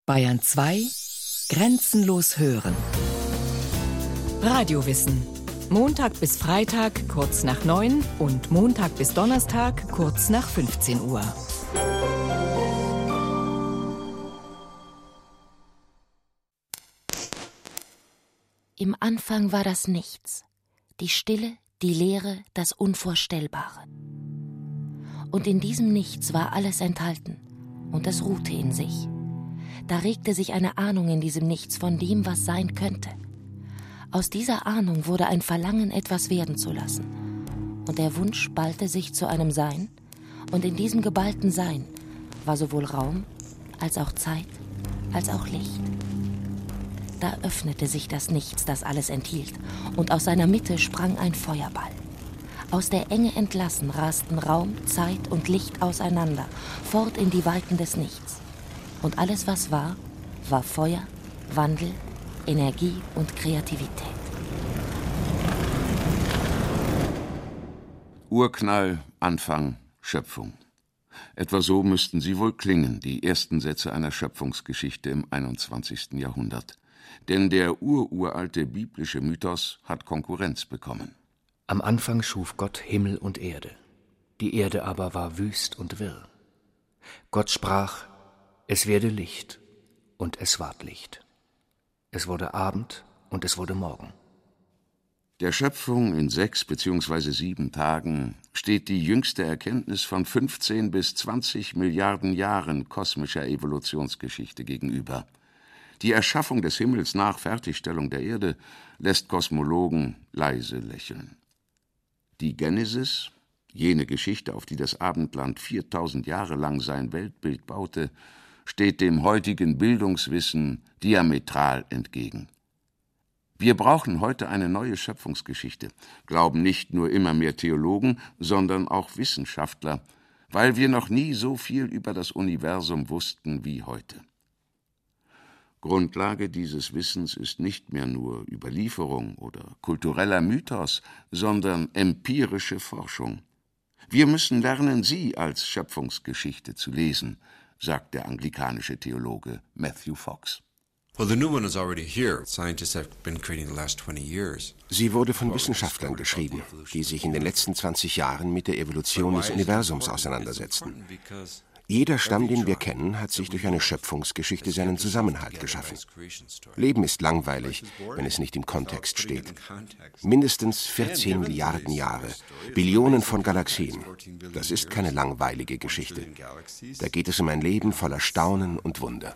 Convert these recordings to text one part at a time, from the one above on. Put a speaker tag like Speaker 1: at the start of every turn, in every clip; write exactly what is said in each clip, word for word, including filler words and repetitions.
Speaker 1: Bayern zwei Grenzenlos hören. Radiowissen. Montag bis Freitag kurz nach neun und Montag bis Donnerstag kurz nach fünfzehn Uhr.
Speaker 2: Im Anfang war das Nichts, die Stille, die Leere, das Unvorstellbare. Und in diesem Nichts war alles enthalten, und es ruhte in sich. Da regte sich eine Ahnung in diesem Nichts von dem, was sein könnte. Aus dieser Ahnung wurde ein Verlangen, etwas werden zu lassen. Und der Wunsch ballte sich zu einem Sein, und in diesem geballten Sein war sowohl Raum, als auch Zeit, als auch Licht. Da öffnete sich das Nichts, das alles enthielt, und aus seiner Mitte sprang ein Feuerball. Aus der Enge entlassen rasten Raum, Zeit und Licht auseinander, fort in die Weiten des Nichts. Und alles, was war, war Feuer, Wandel, Energie und Kreativität.
Speaker 3: Urknall, Anfang, Schöpfung. Etwa so müssten sie wohl klingen, die ersten Sätze einer Schöpfungsgeschichte im einundzwanzigsten Jahrhundert. Denn der ururalte biblische Mythos hat Konkurrenz bekommen.
Speaker 4: Am Anfang schuf Gott Himmel und Erde. Die Erde aber war wüst und wirr. Gott sprach: Es werde Licht, und es ward Licht. Es wurde Abend, und es wurde Morgen.
Speaker 3: Der Schöpfung in sechs bzw. sieben Tagen steht die jüngste Erkenntnis von fünfzehn bis zwanzig Milliarden Jahren kosmischer Evolutionsgeschichte gegenüber. Die Erschaffung des Himmels nach Fertigstellung der Erde lässt Kosmologen leise lächeln. Die Genesis, jene Geschichte, auf die das Abendland viertausend Jahre lang sein Weltbild baute, steht dem heutigen Bildungswissen diametral entgegen. Wir brauchen heute eine neue Schöpfungsgeschichte, glauben nicht nur immer mehr Theologen, sondern auch Wissenschaftler, weil wir noch nie so viel über das Universum wussten wie heute. Grundlage dieses Wissens ist nicht mehr nur Überlieferung oder kultureller Mythos, sondern empirische Forschung. Wir müssen lernen, sie als Schöpfungsgeschichte zu lesen, sagt der anglikanische Theologe Matthew Fox.
Speaker 5: Sie wurde von Wissenschaftlern geschrieben, die sich in den letzten zwanzig Jahren mit der Evolution des Universums auseinandersetzten. Jeder Stamm, den wir kennen, hat sich durch eine Schöpfungsgeschichte seinen Zusammenhalt geschaffen. Leben ist langweilig, wenn es nicht im Kontext steht. Mindestens vierzehn Milliarden Jahre, Billionen von Galaxien. Das ist keine langweilige Geschichte. Da geht es um ein Leben voller Staunen und Wunder.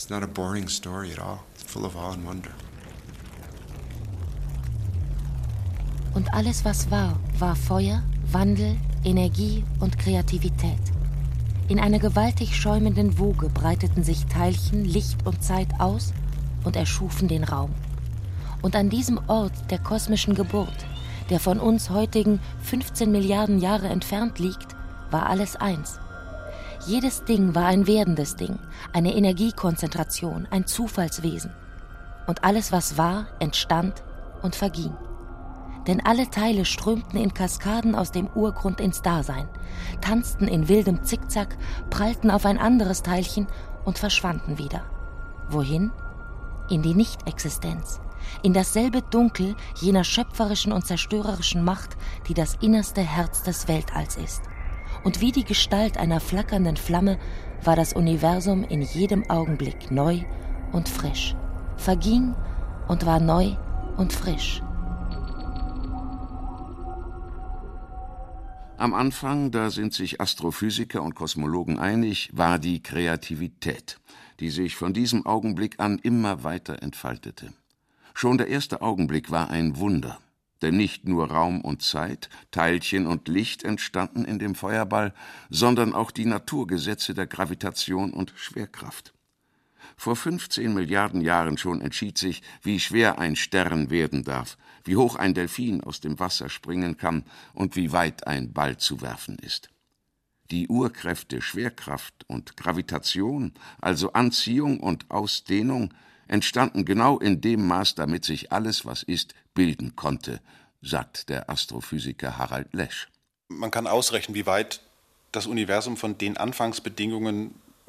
Speaker 2: Und alles, was war, war Feuer, Wandel, Energie und Kreativität. In einer gewaltig schäumenden Woge breiteten sich Teilchen, Licht und Zeit aus und erschufen den Raum. Und an diesem Ort der kosmischen Geburt, der von uns heutigen fünfzehn Milliarden Jahre entfernt liegt, war alles eins. Jedes Ding war ein werdendes Ding, eine Energiekonzentration, ein Zufallswesen. Und alles, was war, entstand und verging. Denn alle Teile strömten in Kaskaden aus dem Urgrund ins Dasein, tanzten in wildem Zickzack, prallten auf ein anderes Teilchen und verschwanden wieder. Wohin? In die Nichtexistenz, in dasselbe Dunkel jener schöpferischen und zerstörerischen Macht, die das innerste Herz des Weltalls ist. Und wie die Gestalt einer flackernden Flamme war das Universum in jedem Augenblick neu und frisch, verging und war neu und frisch.
Speaker 3: Am Anfang, da sind sich Astrophysiker und Kosmologen einig, war die Kreativität, die sich von diesem Augenblick an immer weiter entfaltete. Schon der erste Augenblick war ein Wunder, denn nicht nur Raum und Zeit, Teilchen und Licht entstanden in dem Feuerball, sondern auch die Naturgesetze der Gravitation und Schwerkraft. Vor fünfzehn Milliarden Jahren schon entschied sich, wie schwer ein Stern werden darf, wie hoch ein Delfin aus dem Wasser springen kann und wie weit ein Ball zu werfen ist. Die Urkräfte Schwerkraft und Gravitation, also Anziehung und Ausdehnung, entstanden genau in dem Maß, damit sich alles, was ist, bilden konnte, sagt der Astrophysiker Harald Lesch.
Speaker 6: Man kann ausrechnen, wie weit das Universum von den Anfangsbedingungen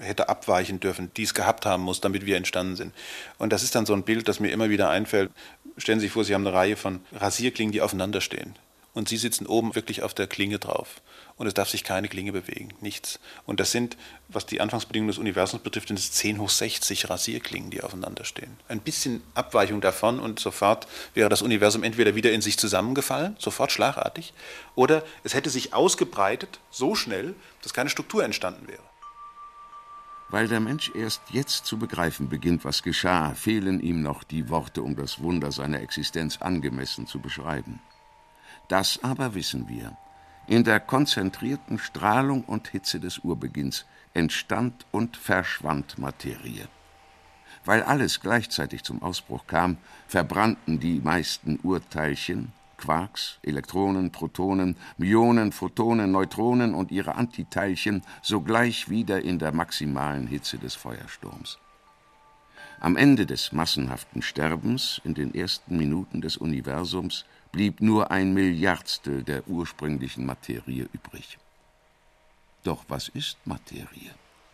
Speaker 6: hätte abweichen dürfen, die es gehabt haben muss, damit wir entstanden sind. Und das ist dann so ein Bild, das mir immer wieder einfällt. Stellen Sie sich vor, Sie haben eine Reihe von Rasierklingen, die aufeinander stehen. Und Sie sitzen oben wirklich auf der Klinge drauf. Und es darf sich keine Klinge bewegen, nichts. Und das sind, was die Anfangsbedingungen des Universums betrifft, sind es zehn hoch sechzig Rasierklingen, die aufeinander stehen. Ein bisschen Abweichung davon und sofort wäre das Universum entweder wieder in sich zusammengefallen, sofort schlagartig, oder es hätte sich ausgebreitet, so schnell, dass keine Struktur entstanden wäre.
Speaker 3: Weil der Mensch erst jetzt zu begreifen beginnt, was geschah, fehlen ihm noch die Worte, um das Wunder seiner Existenz angemessen zu beschreiben. Das aber wissen wir. In der konzentrierten Strahlung und Hitze des Urbeginns entstand und verschwand Materie. Weil alles gleichzeitig zum Ausbruch kam, verbrannten die meisten Urteilchen, Quarks, Elektronen, Protonen, Myonen, Photonen, Neutronen und ihre Antiteilchen sogleich wieder in der maximalen Hitze des Feuersturms. Am Ende des massenhaften Sterbens, in den ersten Minuten des Universums, blieb nur ein Milliardstel der ursprünglichen Materie übrig. Doch was ist Materie?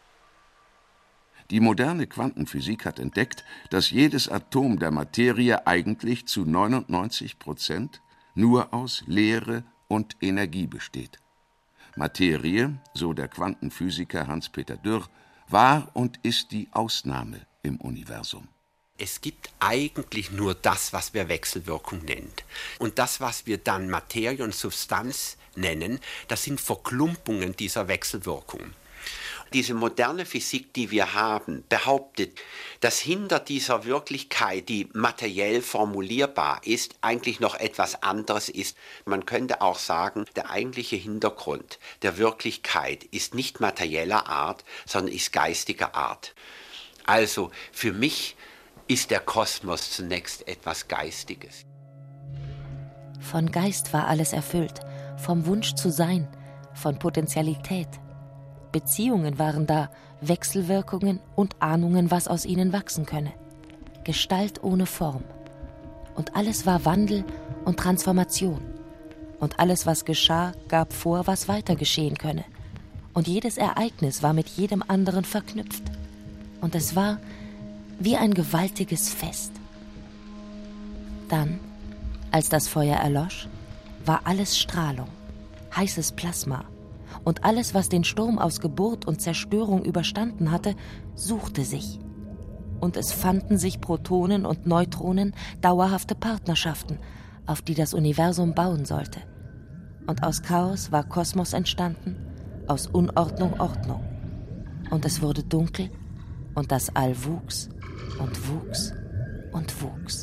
Speaker 3: Die moderne Quantenphysik hat entdeckt, dass jedes Atom der Materie eigentlich zu neunundneunzig Prozent nur aus Leere und Energie besteht. Materie, so der Quantenphysiker Hans-Peter Dürr, war und ist die Ausnahme im Universum.
Speaker 7: Es gibt eigentlich nur das, was wir Wechselwirkung nennen. Und das, was wir dann Materie und Substanz nennen, das sind Verklumpungen dieser Wechselwirkung. Diese moderne Physik, die wir haben, behauptet, dass hinter dieser Wirklichkeit, die materiell formulierbar ist, eigentlich noch etwas anderes ist. Man könnte auch sagen, der eigentliche Hintergrund der Wirklichkeit ist nicht materieller Art, sondern ist geistiger Art. Also für mich ist der Kosmos zunächst etwas Geistiges.
Speaker 2: Von Geist war alles erfüllt, vom Wunsch zu sein, von Potentialität. Beziehungen waren da, Wechselwirkungen und Ahnungen, was aus ihnen wachsen könne. Gestalt ohne Form. Und alles war Wandel und Transformation. Und alles, was geschah, gab vor, was weiter geschehen könne. Und jedes Ereignis war mit jedem anderen verknüpft. Und es war wie ein gewaltiges Fest. Dann, als das Feuer erlosch, war alles Strahlung, heißes Plasma. Und alles, was den Sturm aus Geburt und Zerstörung überstanden hatte, suchte sich. Und es fanden sich Protonen und Neutronen, dauerhafte Partnerschaften, auf die das Universum bauen sollte. Und aus Chaos war Kosmos entstanden, aus Unordnung Ordnung. Und es wurde dunkel, und das All wuchs und wuchs und wuchs.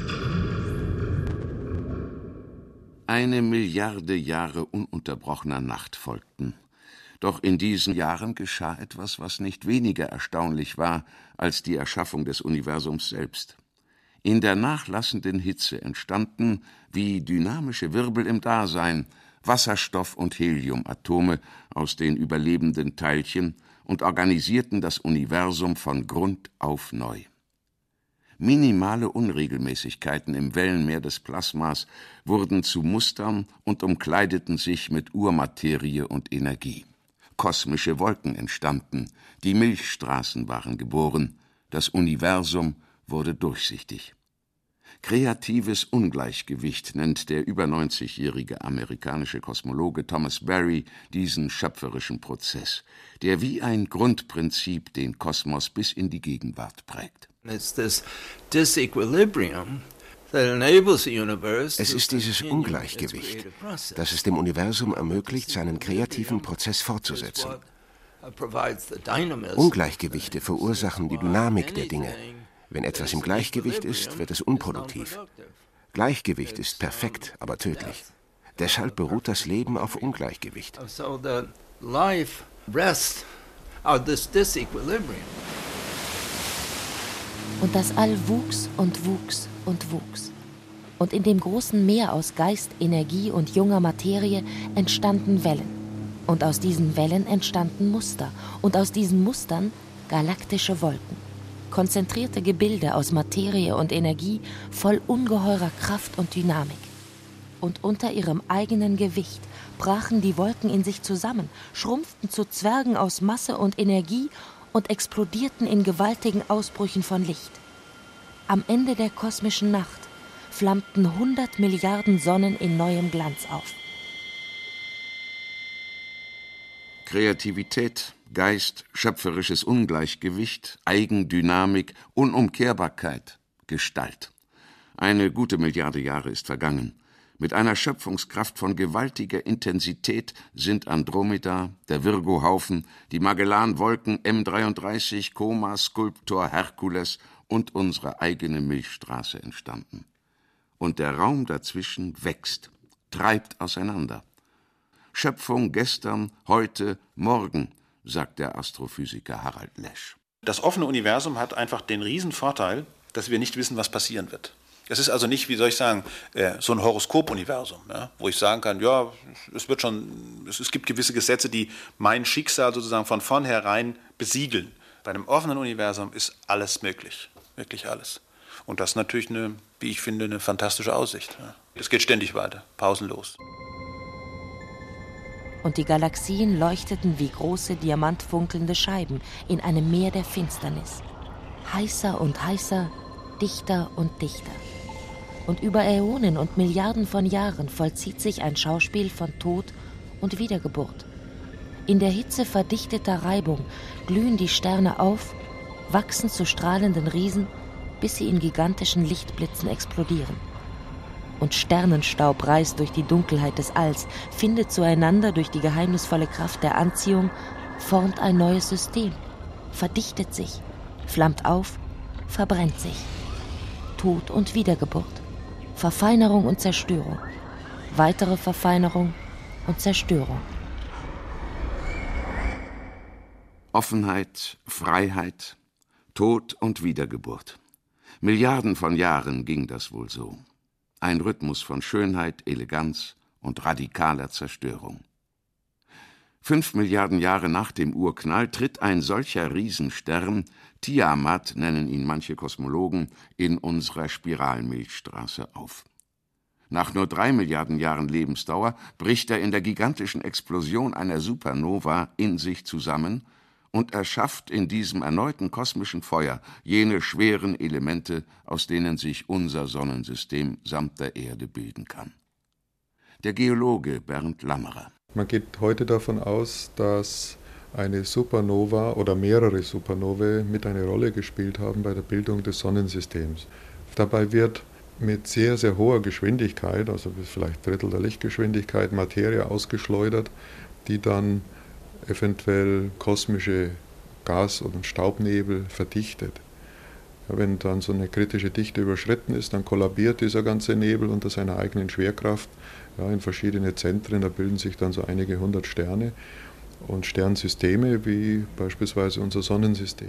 Speaker 3: Eine Milliarde Jahre ununterbrochener Nacht folgten. Doch in diesen Jahren geschah etwas, was nicht weniger erstaunlich war als die Erschaffung des Universums selbst. In der nachlassenden Hitze entstanden, wie dynamische Wirbel im Dasein, Wasserstoff- und Heliumatome aus den überlebenden Teilchen und organisierten das Universum von Grund auf neu. Minimale Unregelmäßigkeiten im Wellenmeer des Plasmas wurden zu Mustern und umkleideten sich mit Urmaterie und Energie. Kosmische Wolken entstanden, die Milchstraßen waren geboren, das Universum wurde durchsichtig. Kreatives Ungleichgewicht nennt der über neunzigjährige amerikanische Kosmologe Thomas Berry diesen schöpferischen Prozess, der wie ein Grundprinzip den Kosmos bis in die Gegenwart prägt.
Speaker 5: Es ist dieses Ungleichgewicht, das es dem Universum ermöglicht, seinen kreativen Prozess fortzusetzen. Ungleichgewichte verursachen die Dynamik der Dinge. Wenn etwas im Gleichgewicht ist, wird es unproduktiv. Gleichgewicht ist perfekt, aber tödlich. Deshalb beruht das Leben auf Ungleichgewicht.
Speaker 2: Und das All wuchs und wuchs und wuchs. Und in dem großen Meer aus Geist, Energie und junger Materie entstanden Wellen. Und aus diesen Wellen entstanden Muster. Und aus diesen Mustern galaktische Wolken. Konzentrierte Gebilde aus Materie und Energie, voll ungeheurer Kraft und Dynamik. Und unter ihrem eigenen Gewicht brachen die Wolken in sich zusammen, schrumpften zu Zwergen aus Masse und Energie und explodierten in gewaltigen Ausbrüchen von Licht. Am Ende der kosmischen Nacht flammten hundert Milliarden Sonnen in neuem Glanz auf.
Speaker 3: Kreativität, Geist, schöpferisches Ungleichgewicht, Eigendynamik, Unumkehrbarkeit, Gestalt. Eine gute Milliarde Jahre ist vergangen. Mit einer Schöpfungskraft von gewaltiger Intensität sind Andromeda, der Virgo-Haufen, die Magellan-Wolken, M dreiunddreißig, Coma, Skulptor, Herkules und unsere eigene Milchstraße entstanden. Und der Raum dazwischen wächst, treibt auseinander. Schöpfung gestern, heute, morgen, sagt der Astrophysiker Harald Lesch.
Speaker 6: Das offene Universum hat einfach den Riesenvorteil, dass wir nicht wissen, was passieren wird. Es ist also nicht, wie soll ich sagen, so ein Horoskop-Universum, ja, wo ich sagen kann, ja, es wird schon, es gibt gewisse Gesetze, die mein Schicksal sozusagen von vornherein besiegeln. Bei einem offenen Universum ist alles möglich, wirklich alles. Und das ist natürlich eine, wie ich finde, eine fantastische Aussicht. Es geht ständig weiter, pausenlos.
Speaker 2: Und die Galaxien leuchteten wie große, diamantfunkelnde Scheiben in einem Meer der Finsternis. Heißer und heißer, dichter und dichter. Und über Äonen und Milliarden von Jahren vollzieht sich ein Schauspiel von Tod und Wiedergeburt. In der Hitze verdichteter Reibung glühen die Sterne auf, wachsen zu strahlenden Riesen, bis sie in gigantischen Lichtblitzen explodieren. Und Sternenstaub reißt durch die Dunkelheit des Alls, findet zueinander durch die geheimnisvolle Kraft der Anziehung, formt ein neues System, verdichtet sich, flammt auf, verbrennt sich. Tod und Wiedergeburt, Verfeinerung und Zerstörung, weitere Verfeinerung und Zerstörung.
Speaker 3: Offenheit, Freiheit, Tod und Wiedergeburt. Milliarden von Jahren ging das wohl so. Ein Rhythmus von Schönheit, Eleganz und radikaler Zerstörung. Fünf Milliarden Jahre nach dem Urknall tritt ein solcher Riesenstern, Tiamat nennen ihn manche Kosmologen, in unserer Spiralmilchstraße auf. Nach nur drei Milliarden Jahren Lebensdauer bricht er in der gigantischen Explosion einer Supernova in sich zusammen und erschafft in diesem erneuten kosmischen Feuer jene schweren Elemente, aus denen sich unser Sonnensystem samt der Erde bilden kann. Der Geologe Bernd Lammerer.
Speaker 8: Man geht heute davon aus, dass eine Supernova oder mehrere Supernovae mit eine Rolle gespielt haben bei der Bildung des Sonnensystems. Dabei wird mit sehr, sehr hoher Geschwindigkeit, also bis vielleicht Drittel der Lichtgeschwindigkeit, Materie ausgeschleudert, die dann eventuell kosmische Gas- oder Staubnebel verdichtet. Ja, wenn dann so eine kritische Dichte überschritten ist, dann kollabiert dieser ganze Nebel unter seiner eigenen Schwerkraft ja, in verschiedene Zentren. Da bilden sich dann so einige hundert Sterne und Sternsysteme wie beispielsweise unser Sonnensystem.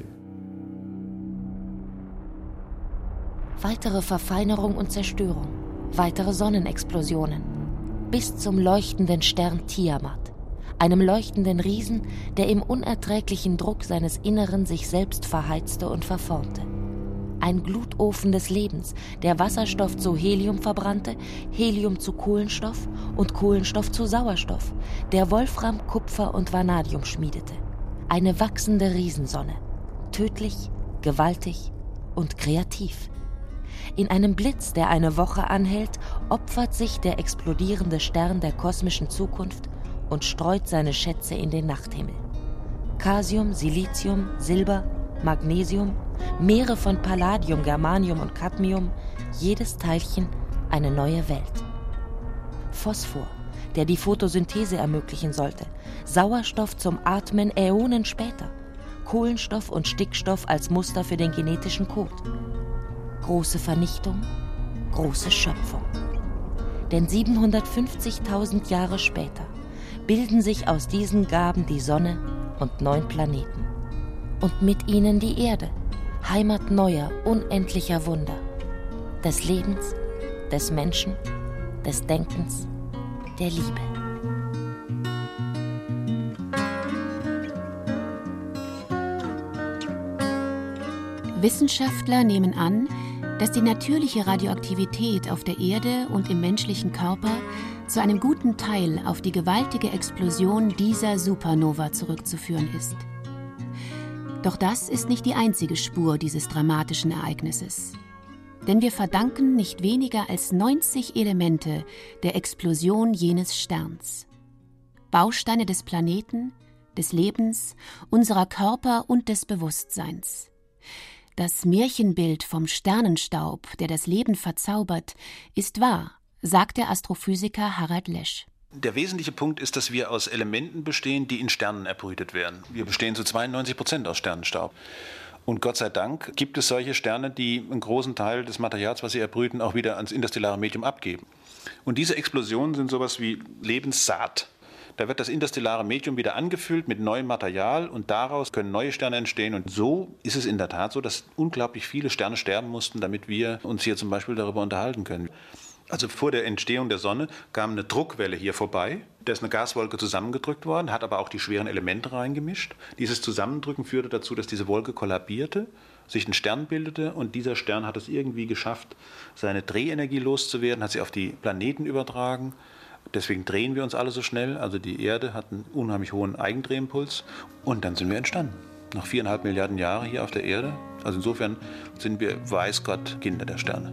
Speaker 2: Weitere Verfeinerung und Zerstörung, weitere Sonnenexplosionen, bis zum leuchtenden Stern Tiamat, einem leuchtenden Riesen, der im unerträglichen Druck seines Inneren sich selbst verheizte und verformte. Ein Glutofen des Lebens, der Wasserstoff zu Helium verbrannte, Helium zu Kohlenstoff und Kohlenstoff zu Sauerstoff, der Wolfram, Kupfer und Vanadium schmiedete. Eine wachsende Riesensonne, tödlich, gewaltig und kreativ. In einem Blitz, der eine Woche anhält, opfert sich der explodierende Stern der kosmischen Zukunft und streut seine Schätze in den Nachthimmel. Casium, Silizium, Silber, Magnesium, Meere von Palladium, Germanium und Cadmium, jedes Teilchen eine neue Welt. Phosphor, der die Photosynthese ermöglichen sollte, Sauerstoff zum Atmen Äonen später, Kohlenstoff und Stickstoff als Muster für den genetischen Code. Große Vernichtung, große Schöpfung. Denn siebenhundertfünfzigtausend Jahre später bilden sich aus diesen Gaben die Sonne und neun Planeten. Und mit ihnen die Erde, Heimat neuer, unendlicher Wunder. Des Lebens, des Menschen, des Denkens, der Liebe.
Speaker 9: Wissenschaftler nehmen an, dass die natürliche Radioaktivität auf der Erde und im menschlichen Körper zu einem guten Teil auf die gewaltige Explosion dieser Supernova zurückzuführen ist. Doch das ist nicht die einzige Spur dieses dramatischen Ereignisses. Denn wir verdanken nicht weniger als neunzig Elemente der Explosion jenes Sterns. Bausteine des Planeten, des Lebens, unserer Körper und des Bewusstseins. Das Märchenbild vom Sternenstaub, der das Leben verzaubert, ist wahr, sagt der Astrophysiker Harald Lesch.
Speaker 6: Der wesentliche Punkt ist, dass wir aus Elementen bestehen, die in Sternen erbrütet werden. Wir bestehen zu zweiundneunzig Prozent aus Sternenstaub. Und Gott sei Dank gibt es solche Sterne, die einen großen Teil des Materials, was sie erbrüten, auch wieder ans interstellare Medium abgeben. Und diese Explosionen sind sowas wie Lebenssaat. Da wird das interstellare Medium wieder angefüllt mit neuem Material und daraus können neue Sterne entstehen. Und so ist es in der Tat so, dass unglaublich viele Sterne sterben mussten, damit wir uns hier zum Beispiel darüber unterhalten können. Also vor der Entstehung der Sonne kam eine Druckwelle hier vorbei. Da ist eine Gaswolke zusammengedrückt worden, hat aber auch die schweren Elemente reingemischt. Dieses Zusammendrücken führte dazu, dass diese Wolke kollabierte, sich ein Stern bildete und dieser Stern hat es irgendwie geschafft, seine Drehenergie loszuwerden, hat sie auf die Planeten übertragen. Deswegen drehen wir uns alle so schnell. Also die Erde hat einen unheimlich hohen Eigendrehimpuls und dann sind wir entstanden. Nach viereinhalb Milliarden Jahren hier auf der Erde. Also insofern sind wir, weiß Gott, Kinder der Sterne.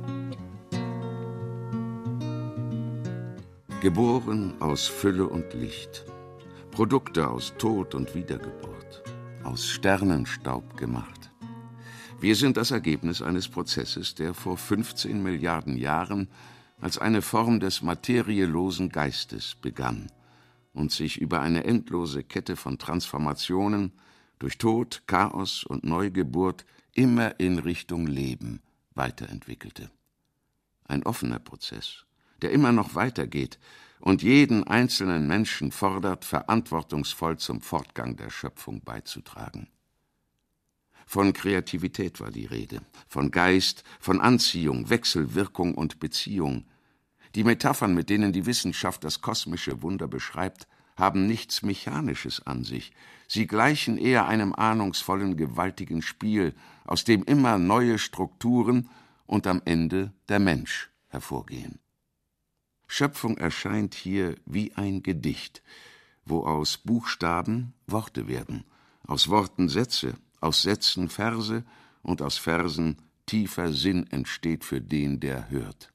Speaker 3: Geboren aus Fülle und Licht, Produkte aus Tod und Wiedergeburt, aus Sternenstaub gemacht. Wir sind das Ergebnis eines Prozesses, der vor fünfzehn Milliarden Jahren als eine Form des materielosen Geistes begann und sich über eine endlose Kette von Transformationen durch Tod, Chaos und Neugeburt immer in Richtung Leben weiterentwickelte. Ein offener Prozess, der immer noch weitergeht und jeden einzelnen Menschen fordert, verantwortungsvoll zum Fortgang der Schöpfung beizutragen. Von Kreativität war die Rede, von Geist, von Anziehung, Wechselwirkung und Beziehung. Die Metaphern, mit denen die Wissenschaft das kosmische Wunder beschreibt, haben nichts Mechanisches an sich. Sie gleichen eher einem ahnungsvollen, gewaltigen Spiel, aus dem immer neue Strukturen und am Ende der Mensch hervorgehen. Schöpfung erscheint hier wie ein Gedicht, wo aus Buchstaben Worte werden, aus Worten Sätze, aus Sätzen Verse und aus Versen tiefer Sinn entsteht für den, der hört.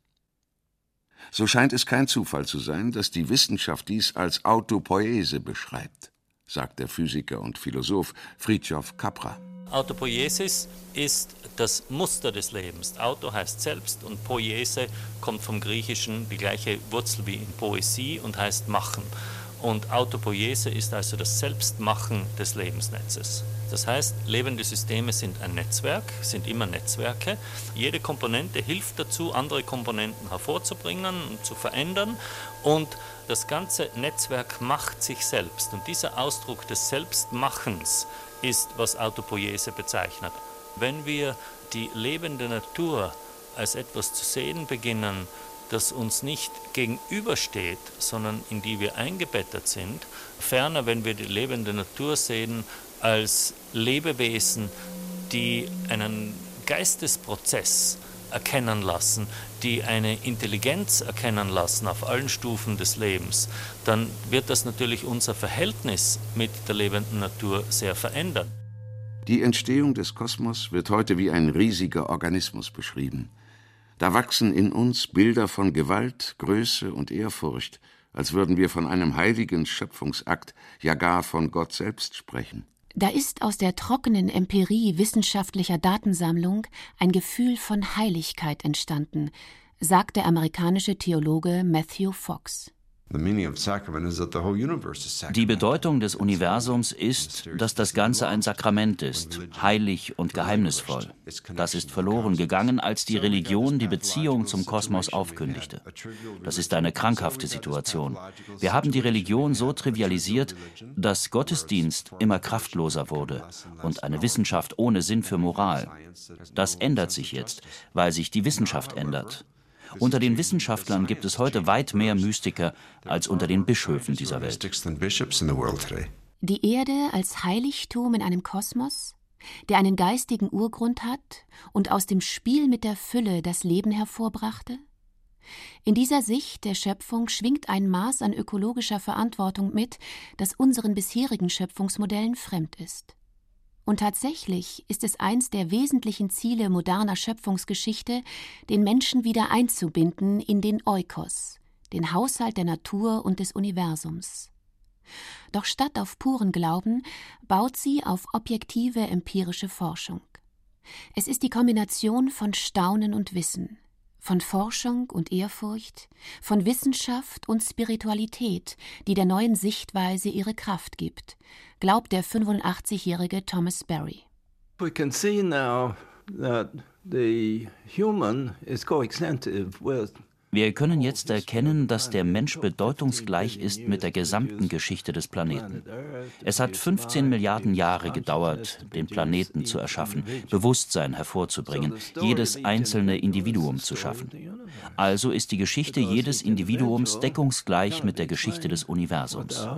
Speaker 3: So scheint es kein Zufall zu sein, dass die Wissenschaft dies als Autopoiese beschreibt, sagt der Physiker und Philosoph Fritjof Capra.
Speaker 10: Autopoiesis ist das Muster des Lebens. Auto heißt selbst und Poiese kommt vom Griechischen, die gleiche Wurzel wie in Poesie und heißt machen. Und Autopoiese ist also das Selbstmachen des Lebensnetzes. Das heißt, lebende Systeme sind ein Netzwerk, sind immer Netzwerke. Jede Komponente hilft dazu, andere Komponenten hervorzubringen und zu verändern. Und das ganze Netzwerk macht sich selbst. Und dieser Ausdruck des Selbstmachens ist, was Autopoiese bezeichnet. Wenn wir die lebende Natur als etwas zu sehen beginnen, das uns nicht gegenübersteht, sondern in die wir eingebettet sind, ferner, wenn wir die lebende Natur sehen als Lebewesen, die einen Geistesprozess erkennen lassen, die eine Intelligenz erkennen lassen auf allen Stufen des Lebens, dann wird das natürlich unser Verhältnis mit der lebenden Natur sehr verändern.
Speaker 3: Die Entstehung des Kosmos wird heute wie ein riesiger Organismus beschrieben. Da wachsen in uns Bilder von Gewalt, Größe und Ehrfurcht, als würden wir von einem heiligen Schöpfungsakt, ja gar von Gott selbst sprechen.
Speaker 9: Da ist aus der trockenen Empirie wissenschaftlicher Datensammlung ein Gefühl von Heiligkeit entstanden, sagt der amerikanische Theologe Matthew Fox.
Speaker 11: Die Bedeutung des Universums ist, dass das Ganze ein Sakrament ist, heilig und geheimnisvoll. Das ist verloren gegangen, als die Religion die Beziehung zum Kosmos aufkündigte. Das ist eine krankhafte Situation. Wir haben die Religion so trivialisiert, dass Gottesdienst immer kraftloser wurde und eine Wissenschaft ohne Sinn für Moral. Das ändert sich jetzt, weil sich die Wissenschaft ändert. Unter den Wissenschaftlern gibt es heute weit mehr Mystiker als unter den Bischöfen dieser Welt.
Speaker 9: Die Erde als Heiligtum in einem Kosmos, der einen geistigen Urgrund hat und aus dem Spiel mit der Fülle das Leben hervorbrachte? In dieser Sicht der Schöpfung schwingt ein Maß an ökologischer Verantwortung mit, das unseren bisherigen Schöpfungsmodellen fremd ist. Und tatsächlich ist es eins der wesentlichen Ziele moderner Schöpfungsgeschichte, den Menschen wieder einzubinden in den Oikos, den Haushalt der Natur und des Universums. Doch statt auf puren Glauben baut sie auf objektive empirische Forschung. Es ist die Kombination von Staunen und Wissen, von Forschung und Ehrfurcht, von Wissenschaft und Spiritualität, die der neuen Sichtweise ihre Kraft gibt, glaubt der fünfundachtzigjährige Thomas Berry.
Speaker 12: We can see now that the human is coextensive with
Speaker 11: Wir können jetzt erkennen, dass der Mensch bedeutungsgleich ist mit der gesamten Geschichte des Planeten. Es hat fünfzehn Milliarden Jahre gedauert, den Planeten zu erschaffen, Bewusstsein hervorzubringen, jedes einzelne Individuum zu schaffen. Also ist die Geschichte jedes Individuums deckungsgleich mit der Geschichte des Universums.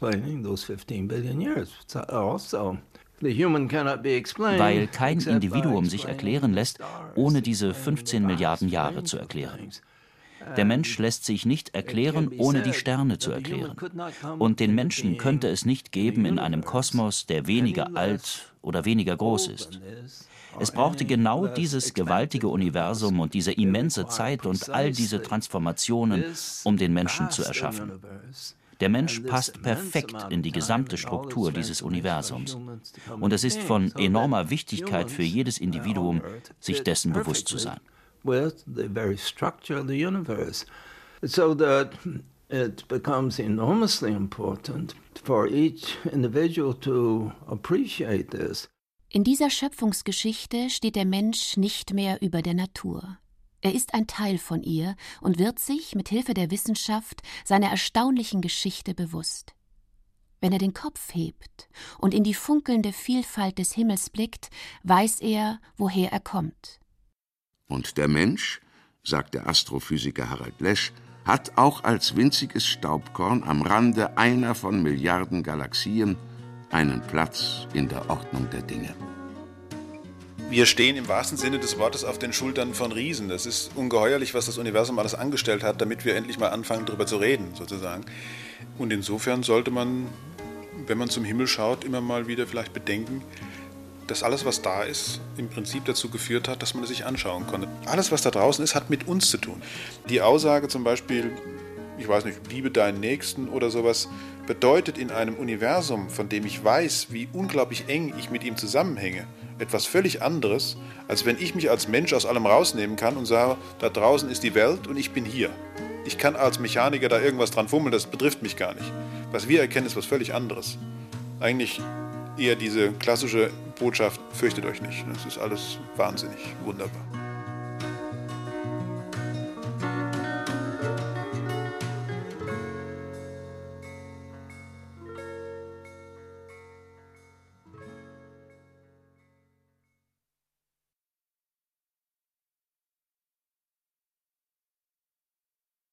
Speaker 11: Weil kein Individuum sich erklären lässt, ohne diese fünfzehn Milliarden Jahre zu erklären. Der Mensch lässt sich nicht erklären, ohne die Sterne zu erklären. Und den Menschen könnte es nicht geben in einem Kosmos, der weniger alt oder weniger groß ist. Es brauchte genau dieses gewaltige Universum und diese immense Zeit und all diese Transformationen, um den Menschen zu erschaffen. Der Mensch passt perfekt in die gesamte Struktur dieses Universums. Und es ist von enormer Wichtigkeit für jedes Individuum, sich dessen bewusst zu sein.
Speaker 12: With the very structure of the universe, so that it becomes enormously important for each individual to appreciate this.
Speaker 9: In dieser Schöpfungsgeschichte steht der Mensch nicht mehr über der Natur. Er ist ein Teil von ihr und wird sich mit Hilfe der Wissenschaft seiner erstaunlichen Geschichte bewusst. Wenn er den Kopf hebt und in die funkelnde Vielfalt des Himmels blickt, weiß er, woher er kommt.
Speaker 3: Und der Mensch, sagt der Astrophysiker Harald Lesch, hat auch als winziges Staubkorn am Rande einer von Milliarden Galaxien einen Platz in der Ordnung der Dinge.
Speaker 6: Wir stehen im wahrsten Sinne des Wortes auf den Schultern von Riesen. Das ist ungeheuerlich, was das Universum alles angestellt hat, damit wir endlich mal anfangen, darüber zu reden, sozusagen. Und insofern sollte man, wenn man zum Himmel schaut, immer mal wieder vielleicht bedenken, dass alles, was da ist, im Prinzip dazu geführt hat, dass man es sich anschauen konnte. Alles, was da draußen ist, hat mit uns zu tun. Die Aussage zum Beispiel, ich weiß nicht, liebe deinen Nächsten oder sowas, bedeutet in einem Universum, von dem ich weiß, wie unglaublich eng ich mit ihm zusammenhänge, etwas völlig anderes, als wenn ich mich als Mensch aus allem rausnehmen kann und sage, da draußen ist die Welt und ich bin hier. Ich kann als Mechaniker da irgendwas dran fummeln, das betrifft mich gar nicht. Was wir erkennen, ist was völlig anderes. Eigentlich eher diese klassische Botschaft, fürchtet euch nicht. Das ist alles wahnsinnig wunderbar.